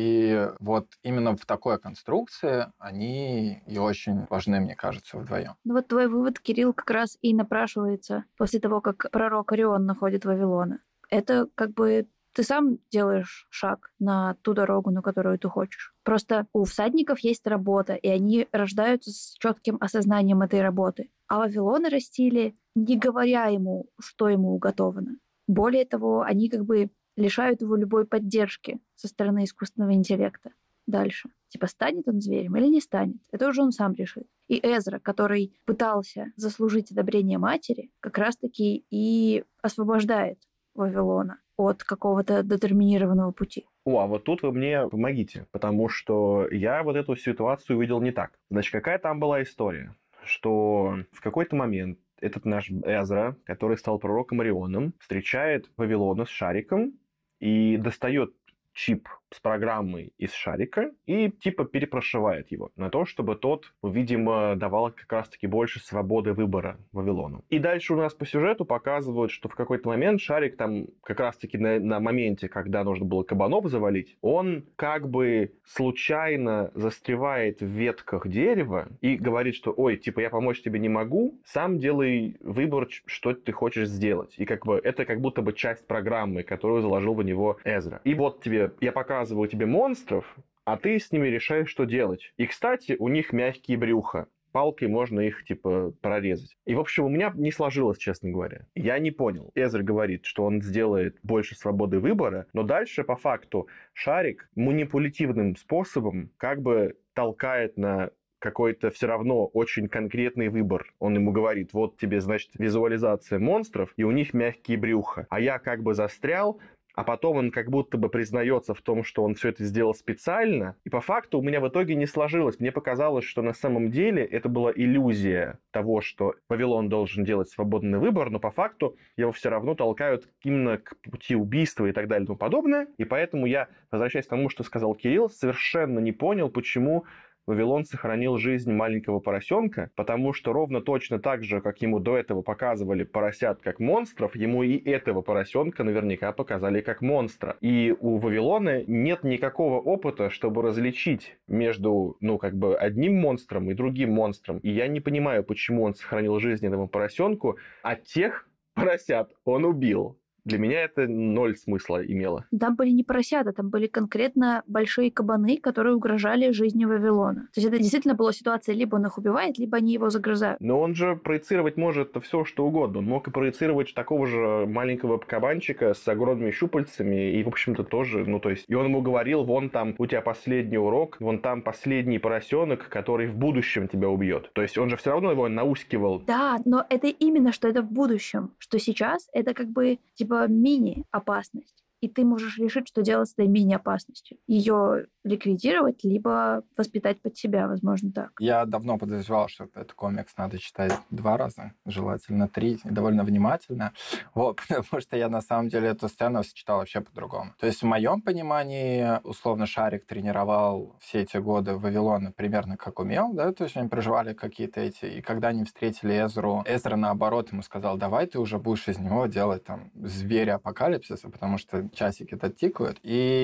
И вот именно в такой конструкции они и очень важны, мне кажется, вдвоем. Ну вот твой вывод, Кирилл, как раз и напрашивается после того, как пророк Орион находит Вавилона. Это как бы ты сам делаешь шаг на ту дорогу, на которую ты хочешь. Просто у всадников есть работа, и они рождаются с четким осознанием этой работы. А Вавилона растили, не говоря ему, что ему уготовано. Более того, они как бы лишают его любой поддержки со стороны искусственного интеллекта. Дальше. Типа, станет он зверем или не станет. Это уже он сам решит. И Эзра, который пытался заслужить одобрение матери, как раз-таки и освобождает Вавилона от какого-то детерминированного пути. О, а вот тут вы мне помогите, потому что я вот эту ситуацию увидел не так. Значит, какая там была история? Что в какой-то момент этот наш Эзра, который стал пророком Орионом, встречает Вавилона с шариком и достает чип с программой из шарика и типа перепрошивает его на то, чтобы тот, видимо, давал как раз-таки больше свободы выбора Вавилону. И дальше у нас по сюжету показывают, что в какой-то момент шарик там как раз-таки на, на моменте, когда нужно было кабанов завалить, он как бы случайно застревает в ветках дерева и говорит, что ой, типа я помочь тебе не могу, сам делай выбор, что ты хочешь сделать. И как бы это как будто бы часть программы, которую заложил в него Эзра. И вот тебе я показываю тебе монстров, а ты с ними решаешь, что делать. И, кстати, у них мягкие брюха. Палкой можно их, типа, прорезать. И, в общем, у меня не сложилось, честно говоря. Я не понял. Эзра говорит, что он сделает больше свободы выбора, но дальше, по факту, шарик манипулятивным способом как бы толкает на какой-то все равно очень конкретный выбор. Он ему говорит, вот тебе, значит, визуализация монстров, и у них мягкие брюха. А я как бы застрял, а потом он как будто бы признается в том, что он все это сделал специально. И по факту у меня в итоге не сложилось. Мне показалось, что на самом деле это была иллюзия того, что Вавилон должен делать свободный выбор, но по факту его все равно толкают именно к пути убийства и так далее и тому подобное. И поэтому я, возвращаясь к тому, что сказал Кирилл, совершенно не понял, почему Вавилон сохранил жизнь маленького поросенка, потому что ровно точно так же, как ему до этого показывали поросят как монстров, ему и этого поросенка наверняка показали как монстра. И у Вавилона нет никакого опыта, чтобы различить между, ну, как бы одним монстром и другим монстром. И я не понимаю, почему он сохранил жизнь этому поросенку, а тех поросят он убил. Для меня это ноль смысла имело. Там были не поросята, там были конкретно большие кабаны, которые угрожали жизни Вавилона. То есть это действительно была ситуация, либо он их убивает, либо они его загрызают. Но он же проецировать может все, что угодно. Он мог и проецировать такого же маленького кабанчика с огромными щупальцами, и, в общем-то, тоже, ну, то есть, и он ему говорил, вон там у тебя последний урок, вон там последний поросенок, который в будущем тебя убьет. То есть он же все равно его наускивал. Да, но это именно, что это в будущем. Что сейчас это как бы, типа, мини-опасность. И ты можешь решить, что делать с этой мини-опасностью. Ее ликвидировать, либо воспитать под себя, возможно, так. Я давно подозревал, что этот комикс надо читать два раза, желательно три, и довольно внимательно. Вот, потому что я на самом деле эту сцену читал вообще по-другому. То есть в моем понимании, условно, Шарик тренировал все эти годы Вавилона примерно как умел, да, то есть они проживали какие-то эти... И когда они встретили Эзру, Эзра, наоборот, ему сказал, давай ты уже будешь из него делать там зверя апокалипсиса, потому что часики-то тикают.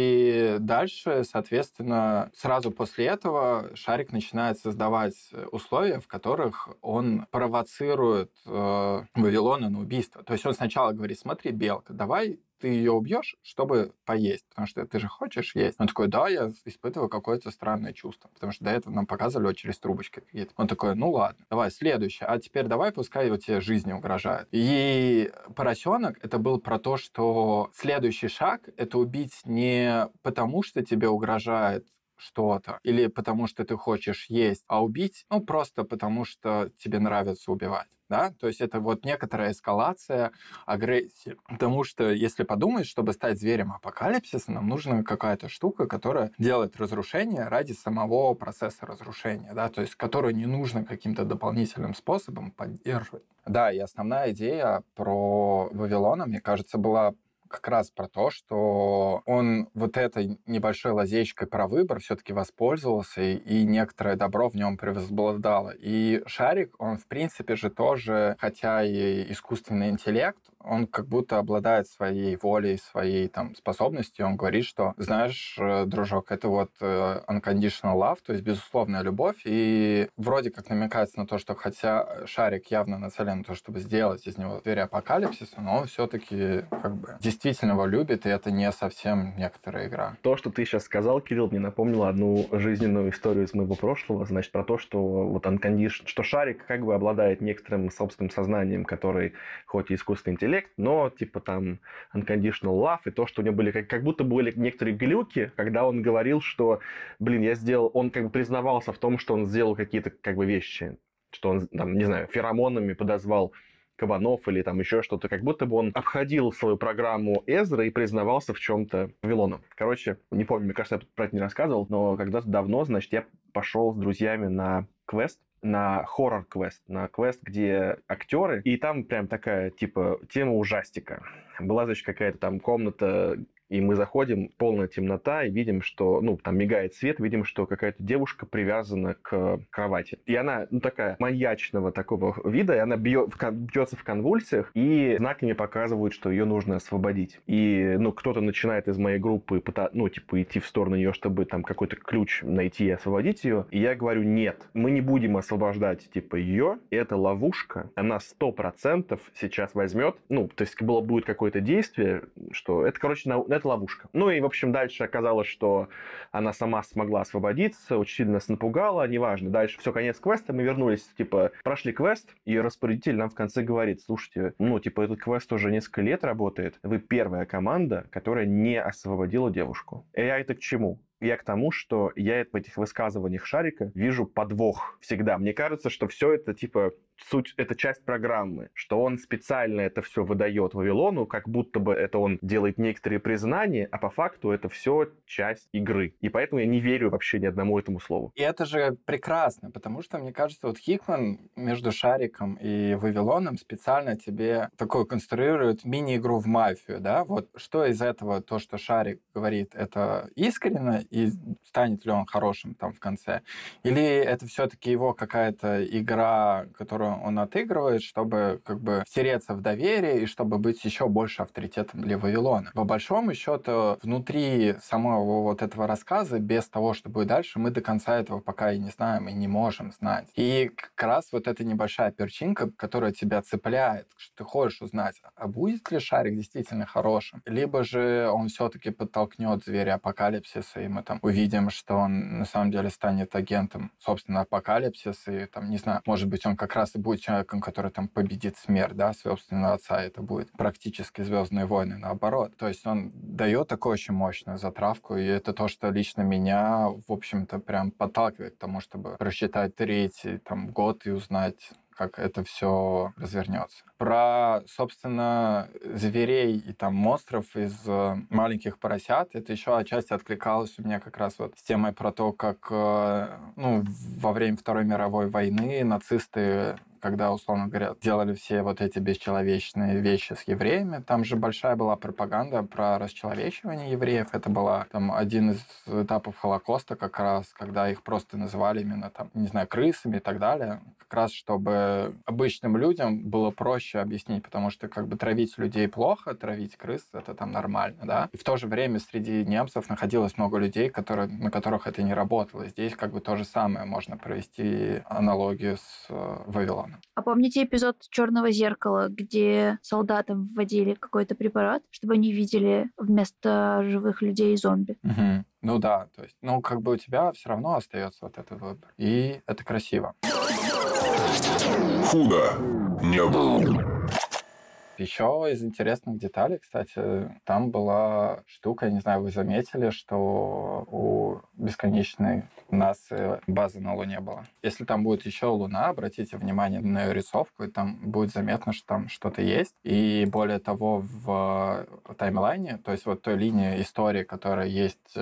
И дальше, соответственно, сразу после этого Шарик начинает создавать условия, в которых он провоцирует э, Вавилона на убийство. То есть он сначала говорит, смотри, белка, давай ты ее убьешь, чтобы поесть, потому что ты же хочешь есть. Он такой, да, я испытываю какое-то странное чувство, потому что до этого нам показывали вот через трубочки какие-то. Он такой, ну ладно, давай, следующее. А теперь давай, пускай вот тебе жизни угрожает. И поросенок это был про то, что следующий шаг это убить не потому, что тебе угрожает что-то, или потому что ты хочешь есть, а убить, ну, просто потому что тебе нравится убивать. Да? То есть это вот некоторая эскалация агрессии. Потому что, если подумать, чтобы стать зверем апокалипсиса, нам нужна какая-то штука, которая делает разрушение ради самого процесса разрушения, да? То есть которую не нужно каким-то дополнительным способом поддерживать. Да, и основная идея про Вавилона, мне кажется, была как раз про то, что он вот этой небольшой лазейкой про выбор все-таки воспользовался, и, и некоторое добро в нем превозбладало. И Шарик, он в принципе же тоже, хотя и искусственный интеллект, он как будто обладает своей волей, своей там способностью. Он говорит, что, знаешь, дружок, это вот unconditional love, то есть безусловная любовь, и вроде как намекается на то, что хотя Шарик явно нацелен на то, чтобы сделать из него зверя апокалипсиса, но он все-таки как бы действительно его любит, и это не совсем некоторая игра. То, что ты сейчас сказал, Кирилл, мне напомнило одну жизненную историю из моего прошлого, значит, про то, что вот unconditional, что Шарик как бы обладает некоторым собственным сознанием, который хоть и искусственный интеллект, но типа там unconditional love, и то, что у него были как, как будто были некоторые глюки, когда он говорил, что, блин, я сделал, он как бы признавался в том, что он сделал какие-то как бы вещи, что он, там, не знаю, феромонами подозвал кабанов или там еще что-то, как будто бы он обходил свою программу Эзры и признавался в чем-то Вавилону. Короче, не помню, мне кажется, я про это не рассказывал, но когда-то давно, значит, я пошел с друзьями на квест, на хоррор-квест, на квест, где актеры, и там прям такая, типа, тема ужастика. Была, значит, какая-то там комната, и мы заходим, полная темнота, и видим, что, ну, там мигает свет, видим, что какая-то девушка привязана к кровати. И она, ну, такая маньячного такого вида, и она бьет, бьется в конвульсиях, и знаками показывают, что ее нужно освободить. И, ну, кто-то начинает из моей группы, пытаться, ну, типа, идти в сторону нее, чтобы там какой-то ключ найти и освободить ее. И я говорю, нет, мы не будем освобождать, типа, ее. Это ловушка. Она сто процентов сейчас возьмет, ну, то есть было, будет какое-то действие, что это, короче, на это ловушка. Ну и, в общем, дальше оказалось, что она сама смогла освободиться, очень сильно нас напугала, неважно. Дальше все, конец квеста, мы вернулись, типа, прошли квест, и распорядитель нам в конце говорит, слушайте, ну, типа, этот квест уже несколько лет работает, вы первая команда, которая не освободила девушку. И я это к чему? Я к тому, что я в этих высказываниях Шарика вижу подвох всегда. Мне кажется, что все это, типа, суть, это часть программы, что он специально это все выдает Вавилону, как будто бы это он делает некоторые признания, а по факту это все часть игры. И поэтому я не верю вообще ни одному этому слову. И это же прекрасно, потому что, мне кажется, вот Хикман между Шариком и Вавилоном специально тебе такой конструирует мини-игру в мафию, да? Вот что из этого, то, что Шарик говорит, это искренне, и станет ли он хорошим там в конце? Или это все-таки его какая-то игра, которую которую он отыгрывает, чтобы как бы втереться в доверие и чтобы быть еще больше авторитетом для Вавилона. По большому счету, внутри самого вот этого рассказа, без того, что будет дальше, мы до конца этого пока и не знаем, и не можем знать. И как раз вот эта небольшая перчинка, которая тебя цепляет, что ты хочешь узнать, а будет ли шарик действительно хорошим, либо же он все-таки подтолкнет зверя апокалипсиса, и мы там увидим, что он на самом деле станет агентом, собственно, апокалипсиса, и там, не знаю, может быть, он как раз и будет человеком, который там победит смерть, да, собственного отца, это будет практически «Звездные войны» наоборот. То есть он дает такую очень мощную затравку, и это то, что лично меня, в общем-то, прям подталкивает к тому, чтобы просчитать третий там год и узнать, как это все развернется. Про, собственно, зверей и там монстров из э, маленьких поросят, это еще отчасти откликалось у меня как раз вот с темой про то, как э, ну, во время Второй мировой войны нацисты, когда, условно говоря, делали все вот эти бесчеловечные вещи с евреями, там же большая была пропаганда про расчеловечивание евреев. Это была там один из этапов Холокоста как раз, когда их просто называли именно там, не знаю, крысами и так далее. Как раз, чтобы обычным людям было проще объяснить, потому что как бы травить людей плохо, травить крыс — это там нормально, да. И в то же время среди немцев находилось много людей, которые, на которых это не работало. Здесь как бы то же самое можно провести аналогию с э, Вавилоном. А помните эпизод «Черного зеркала», где солдатам вводили какой-то препарат, чтобы они видели вместо живых людей зомби? Угу. Ну да, то есть, ну как бы у тебя все равно остается вот этот выбор. И это красиво. Худо не было. Еще из интересных деталей, кстати, там была штука, я не знаю, вы заметили, что у бесконечной НАСА базы на Луне было. Если там будет еще Луна, обратите внимание на ее рисовку, и там будет заметно, что там что-то есть. И более того, в таймлайне, то есть вот той линии истории, которая есть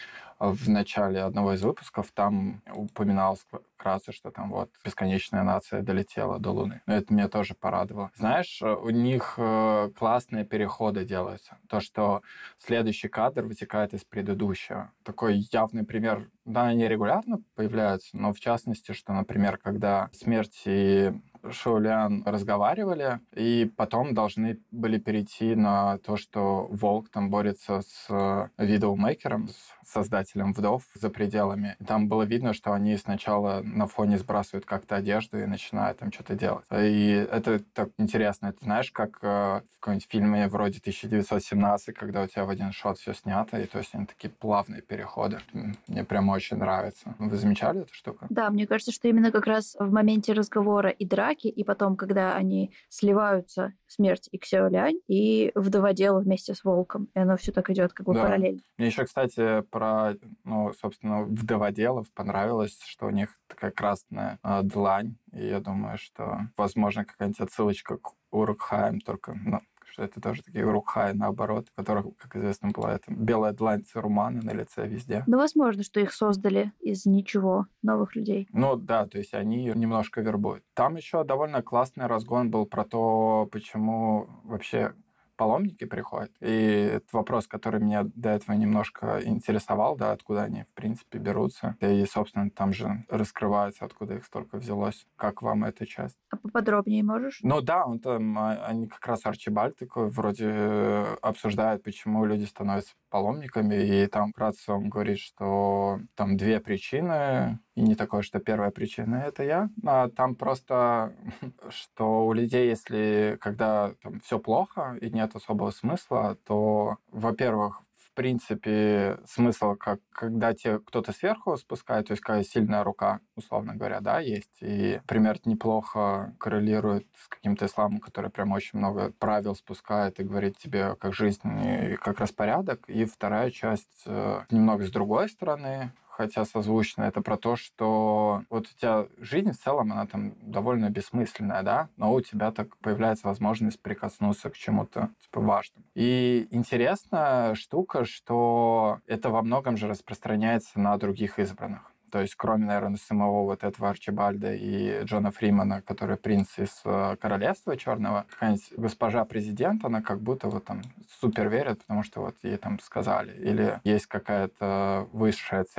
в начале одного из выпусков, там упоминалось вкратце, что там вот бесконечная нация долетела до Луны. Но это меня тоже порадовало. Знаешь, у них классные переходы делаются. То, что следующий кадр вытекает из предыдущего. Такой явный пример. Да, они регулярно появляются, но в частности, что, например, когда Смерть и Шоулян разговаривали, и потом должны были перейти на то, что Волк там борется с видеомейкером, с создателем вдов за пределами. И там было видно, что они сначала на фоне сбрасывают как-то одежду и начинают там что-то делать. И это так интересно. Это знаешь, как в каком-нибудь фильме вроде тысяча девятьсот семнадцать, когда у тебя в один шот все снято, и то есть они такие плавные переходы. Мне прямо очень нравится. Вы замечали эту штуку? Да, мне кажется, что именно как раз в моменте разговора и драки, и потом, когда они сливаются, Смерть и Ксяолянь, и вдоводело вместе с Волком. И оно все так идет как бы Да. параллельно. Мне еще, кстати, про, ну, собственно, вдоводелов понравилось, что у них такая красная э, длань. И я думаю, что, возможно, какая-нибудь отсылочка к Урукхаям, только, ну, что это тоже такие Урукхаи, наоборот, у которых, как известно, была эта белая длань Царумана на лице везде. Ну, возможно, что их создали из ничего, новых людей. Ну да, то есть они немножко вербуют. Там еще довольно классный разгон был про то, почему вообще паломники приходят. И это вопрос, который меня до этого немножко интересовал, да, откуда они, в принципе, берутся. И, собственно, там же раскрывается, откуда их столько взялось. Как вам эта часть? А поподробнее можешь? Ну да, он там, они как раз Арчибальд такой вроде обсуждает, почему люди становятся паломниками, и там вкратце он говорит, что там две причины, и не такое, что первая причина — это я, а там просто, что у людей, если когда там все плохо и нет особого смысла, то, во-первых, в принципе, смысл, как когда тебе кто-то сверху спускает, то есть какая сильная рука, условно говоря, да, есть. И, например, это неплохо коррелирует с каким-то исламом, который прям очень много правил спускает и говорит тебе, как жизнь и как распорядок. И вторая часть э, немного с другой стороны, хотя созвучно, это про то, что вот у тебя жизнь в целом, она там довольно бессмысленная, да, но у тебя так появляется возможность прикоснуться к чему-то типа важному. И интересная штука, что это во многом же распространяется на других избранных. То есть, кроме, наверное, самого вот этого Арчибальда и Джона Фримана, который принц из Королевства Черного, какая-нибудь госпожа президент, она как будто вот там супер верит, потому что вот ей там сказали. Или есть какая-то высшая цель,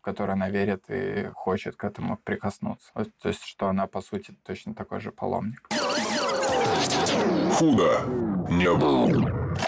в которую она верит и хочет к этому прикоснуться. Вот, то есть, что она, по сути, точно такой же паломник. Худо не было.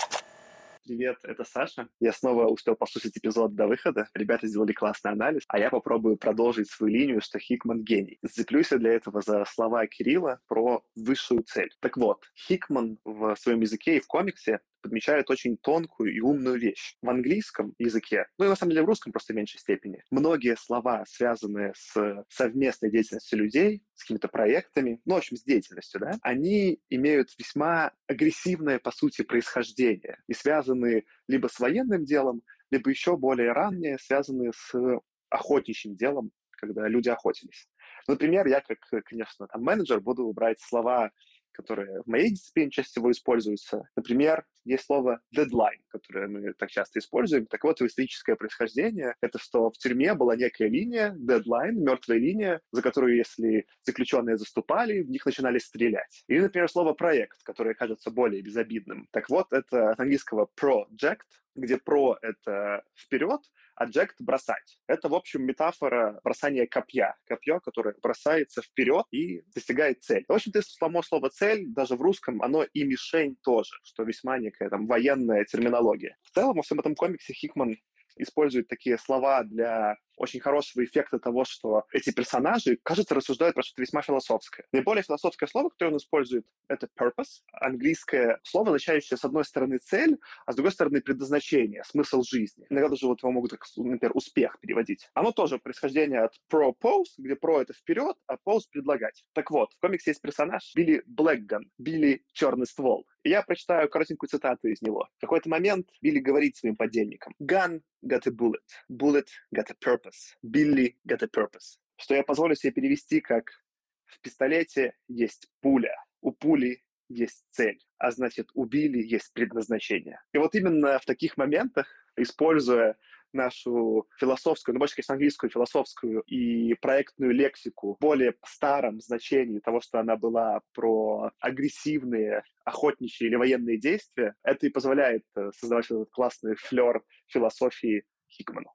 Привет, это Саша. Я снова успел послушать эпизод до выхода. Ребята сделали классный анализ, а я попробую продолжить свою линию, что Хикман гений. Зацеплюсь я для этого за слова Кирилла про высшую цель. Так вот, Хикман в своем языке и в комиксе подмечает очень тонкую и умную вещь. В английском языке, ну и на самом деле в русском просто в меньшей степени, многие слова, связанные с совместной деятельностью людей, с какими-то проектами, ну, в общем, с деятельностью, да, они имеют весьма агрессивное, по сути, происхождение и связаны либо с военным делом, либо еще более раннее, связаны с охотничьим делом, когда люди охотились. Например, я, как, конечно, там, менеджер, буду брать слова, которые в моей дисциплине чаще всего используются. Например, есть слово deadline, которое мы так часто используем. Так вот, его историческое происхождение — это что в тюрьме была некая линия, deadline, мертвая линия, за которую, если заключенные заступали, в них начинали стрелять. Или, например, слово проект, которое кажется более безобидным. Так вот, это от английского project, где pro — это вперед, а джект — бросать. Это, в общем, метафора бросания копья. Копье, которое бросается вперед и достигает цели. В общем-то, само слово «цель» даже в русском, оно и мишень тоже, что весьма некая там военная терминология. В целом, во всем этом комиксе Хикман использует такие слова для очень хорошего эффекта того, что эти персонажи, кажется, рассуждают про что-то весьма философское. Наиболее философское слово, которое он использует, это purpose, английское слово, означающее с одной стороны цель, а с другой стороны предназначение, смысл жизни. Иногда даже вот его могут, как, например, успех переводить. Оно тоже происхождение от propose, где pro — это вперед, а pose — предлагать. Так вот, в комиксе есть персонаж Билли Блэкган, Билли Черный ствол. И я прочитаю коротенькую цитату из него. В какой-то момент Билли говорит своим подельникам: Gun got a bullet, bullet got a purpose, Billy got a purpose. Что я позволю себе перевести как: в пистолете есть пуля, у пули есть цель, а значит, у Билли есть предназначение. И вот именно в таких моментах, используя нашу философскую, ну, больше, конечно, английскую философскую и проектную лексику в более старом значении того, что она была про агрессивные охотничьи или военные действия, это и позволяет создавать этот классный флер философии Хикману.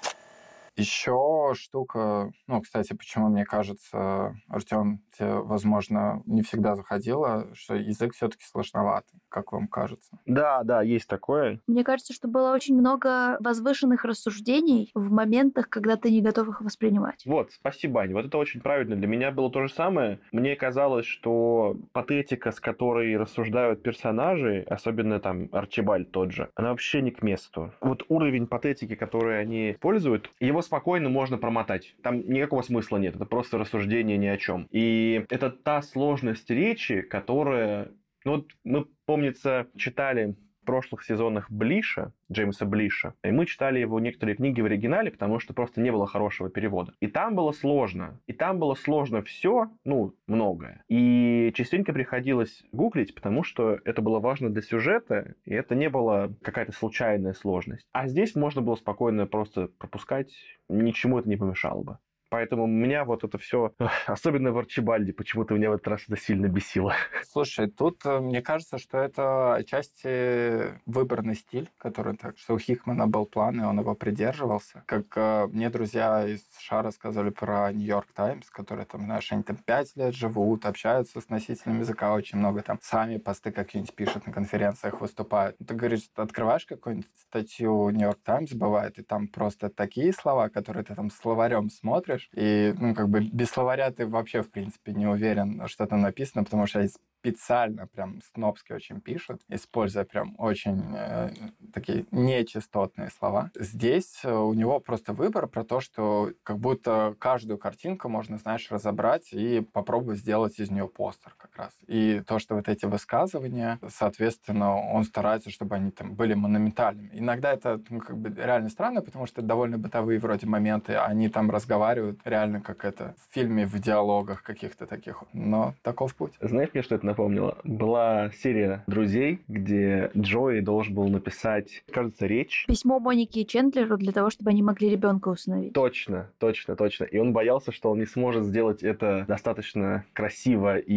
Еще штука, ну, кстати, почему, мне кажется, Артем, тебе, возможно, не всегда заходило, что язык все-таки сложноватый, как вам кажется? Да, да, есть такое. Мне кажется, что было очень много возвышенных рассуждений в моментах, когда ты не готов их воспринимать. Вот, спасибо, Аня. Вот это очень правильно. Для меня было то же самое. Мне казалось, что патетика, с которой рассуждают персонажи, особенно там Арчибальд тот же, она вообще не к месту. Вот уровень патетики, который они используют, его спокойно можно промотать. Там никакого смысла нет. Это просто рассуждение ни о чем. И это та сложность речи, которая... Ну вот мы, помнится, читали в прошлых сезонах Блиша, Джеймса Блиша, и мы читали его некоторые книги в оригинале, потому что просто не было хорошего перевода. И там было сложно. И там было сложно все, ну, многое. И частенько приходилось гуглить, потому что это было важно для сюжета, и это не была какая-то случайная сложность. А здесь можно было спокойно просто пропускать, ничему это не помешало бы. Поэтому меня вот это все, особенно в Арчибальде, почему-то меня в этот раз это сильно бесило. Слушай, тут мне кажется, что это отчасти выборный стиль, который так, что у Хикмана был план, и он его придерживался. Как э, мне друзья из США рассказывали про Нью-Йорк Таймс, которые там, знаешь, они там пять лет живут, общаются с носителями языка очень много, там сами посты какие-нибудь пишут, на конференциях выступают. Ты говоришь, ты открываешь какую-нибудь статью Нью-Йорк Таймс, бывает, и там просто такие слова, которые ты там словарем смотришь, и, ну, как бы без словаря ты вообще, в принципе, не уверен, что там написано, потому что специально прям снобски очень пишут, используя прям очень э, такие нечастотные слова. Здесь у него просто выбор про то, что как будто каждую картинку можно, знаешь, разобрать и попробовать сделать из нее постер как раз. И то, что вот эти высказывания, соответственно, он старается, чтобы они там были монументальными. Иногда это, ну, как бы реально странно, потому что это довольно бытовые вроде моменты, они там разговаривают реально как это в фильме, в диалогах каких-то таких. Но таков путь. Знаешь, мне что это напомнило? Была серия «Друзей», где Джои должен был написать, кажется, речь. Письмо Монике и Чендлеру для того, чтобы они могли ребенка усыновить. Точно, точно, точно. И он боялся, что он не сможет сделать это достаточно красиво и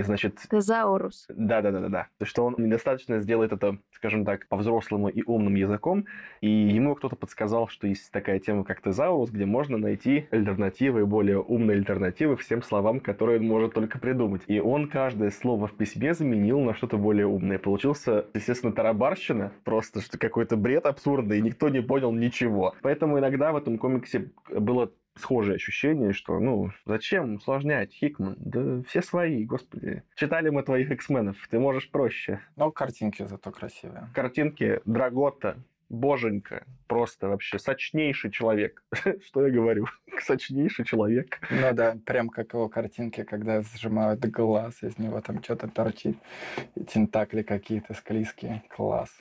значит... Тезаурус. Да-да-да-да. То, что он недостаточно сделает это, скажем так, по-взрослому и умным языком, и ему кто-то подсказал, что есть такая тема, как тезаурус, где можно найти альтернативы, более умные альтернативы всем словам, которые он может только придумать. И он каждое слово в письме заменил на что-то более умное. Получился, естественно, тарабарщина, просто что какой-то бред абсурдный, и никто не понял ничего. Поэтому иногда в этом комиксе было схожее ощущение, что, ну, зачем усложнять, Хикман? Да все свои, господи. Читали мы твоих X-менов, ты можешь проще. Но картинки зато красивые. Картинки, Драгота, боженька, просто вообще сочнейший человек. Что я говорю? Сочнейший человек. Ну да, прям как его картинки, когда сжимают глаз, из него там что-то торчит. И тентакли какие-то склизкие. Класс.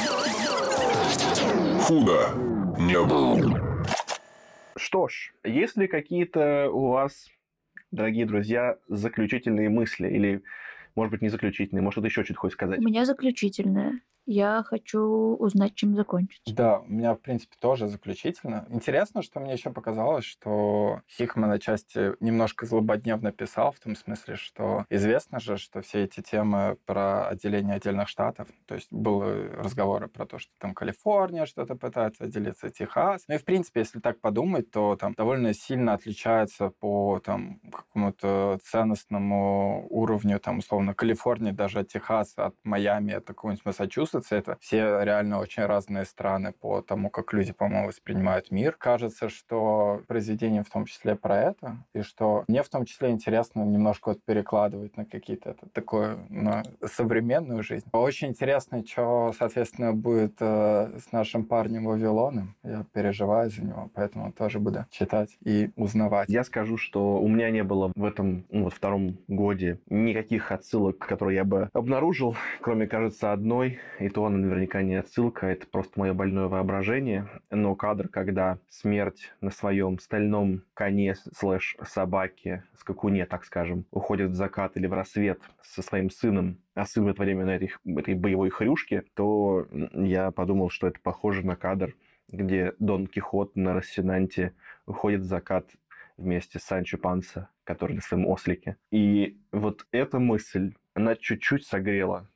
Худо не было. Что ж, есть ли какие-то у вас, дорогие друзья, заключительные мысли? Или, может быть, не заключительные, может, еще что-то хочешь сказать? У меня заключительное. Я хочу узнать, чем закончится. Да, у меня, в принципе, тоже заключительно. Интересно, что мне еще показалось, что Хикман отчасти немножко злободневно писал, в том смысле, что известно же, что все эти темы про отделение отдельных штатов, то есть были разговоры про то, что там Калифорния что-то пытается отделиться, Техас. Ну и, в принципе, если так подумать, то там довольно сильно отличается по там какому-то ценностному уровню, там, условно, Калифорния даже от Техаса, от Майами, от какого-нибудь Массачусетса. Это все реально очень разные страны по тому, как люди, по-моему, воспринимают мир. Кажется, что произведение в том числе про это, и что мне в том числе интересно немножко вот перекладывать на какие-то это такое, на современную жизнь. Очень интересно, что, соответственно, будет э, с нашим парнем Вавилоном. Я переживаю за него, поэтому тоже буду читать и узнавать. Я скажу, что у меня не было в этом ну, вот, втором годе никаких отсылок, которые я бы обнаружил, кроме, кажется, одной. И то она наверняка не отсылка, это просто мое больное воображение. Но кадр, когда смерть на своем стальном коне слэш собаке, скакуне, так скажем, уходит в закат или в рассвет со своим сыном, а сын в это время на этой, этой боевой хрюшке, то я подумал, что это похоже на кадр, где Дон Кихот на Росинанте уходит в закат вместе с Санчо Панса, который на своем ослике. И вот эта мысль, она чуть-чуть согрела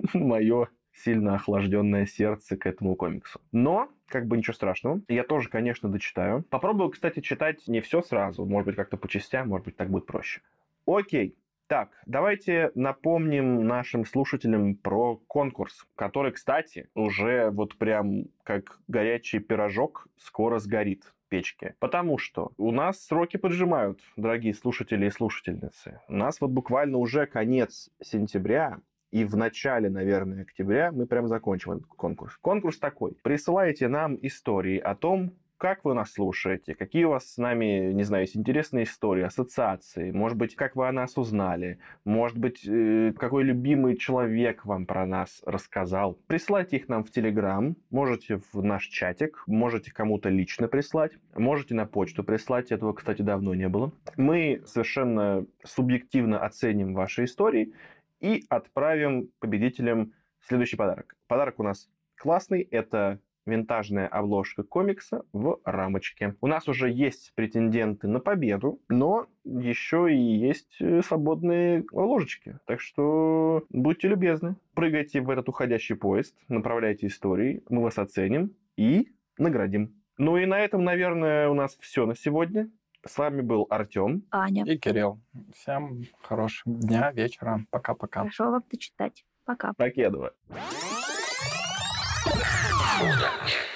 мое сильно охлажденное сердце к этому комиксу. Но, как бы ничего страшного, я тоже, конечно, дочитаю. Попробую, кстати, читать не все сразу, может быть, как-то по частям, может быть, так будет проще. Окей. Так, давайте напомним нашим слушателям про конкурс, который, кстати, уже вот прям как горячий пирожок скоро сгорит в печке. Потому что у нас сроки поджимают, дорогие слушатели и слушательницы. У нас вот буквально уже конец сентября, и в начале, наверное, октября мы прям закончим этот конкурс. Конкурс такой. Присылайте нам истории о том, как вы нас слушаете, какие у вас с нами, не знаю, есть интересные истории, ассоциации, может быть, как вы о нас узнали, может быть, какой любимый человек вам про нас рассказал. Присылайте их нам в Телеграм, можете в наш чатик, можете кому-то лично прислать, можете на почту прислать, этого, кстати, давно не было. Мы совершенно субъективно оценим ваши истории и отправим победителям следующий подарок. Подарок у нас классный, это винтажная обложка комикса в рамочке. У нас уже есть претенденты на победу, но еще и есть свободные ложечки. Так что будьте любезны, прыгайте в этот уходящий поезд, направляйте истории, мы вас оценим и наградим. Ну и на этом, наверное, у нас все на сегодня. С вами был Артем. Аня. И Кирилл. Всем хорошего дня, вечера. Пока-пока. Хорошо вам дочитать. Пока. Покедова. Худо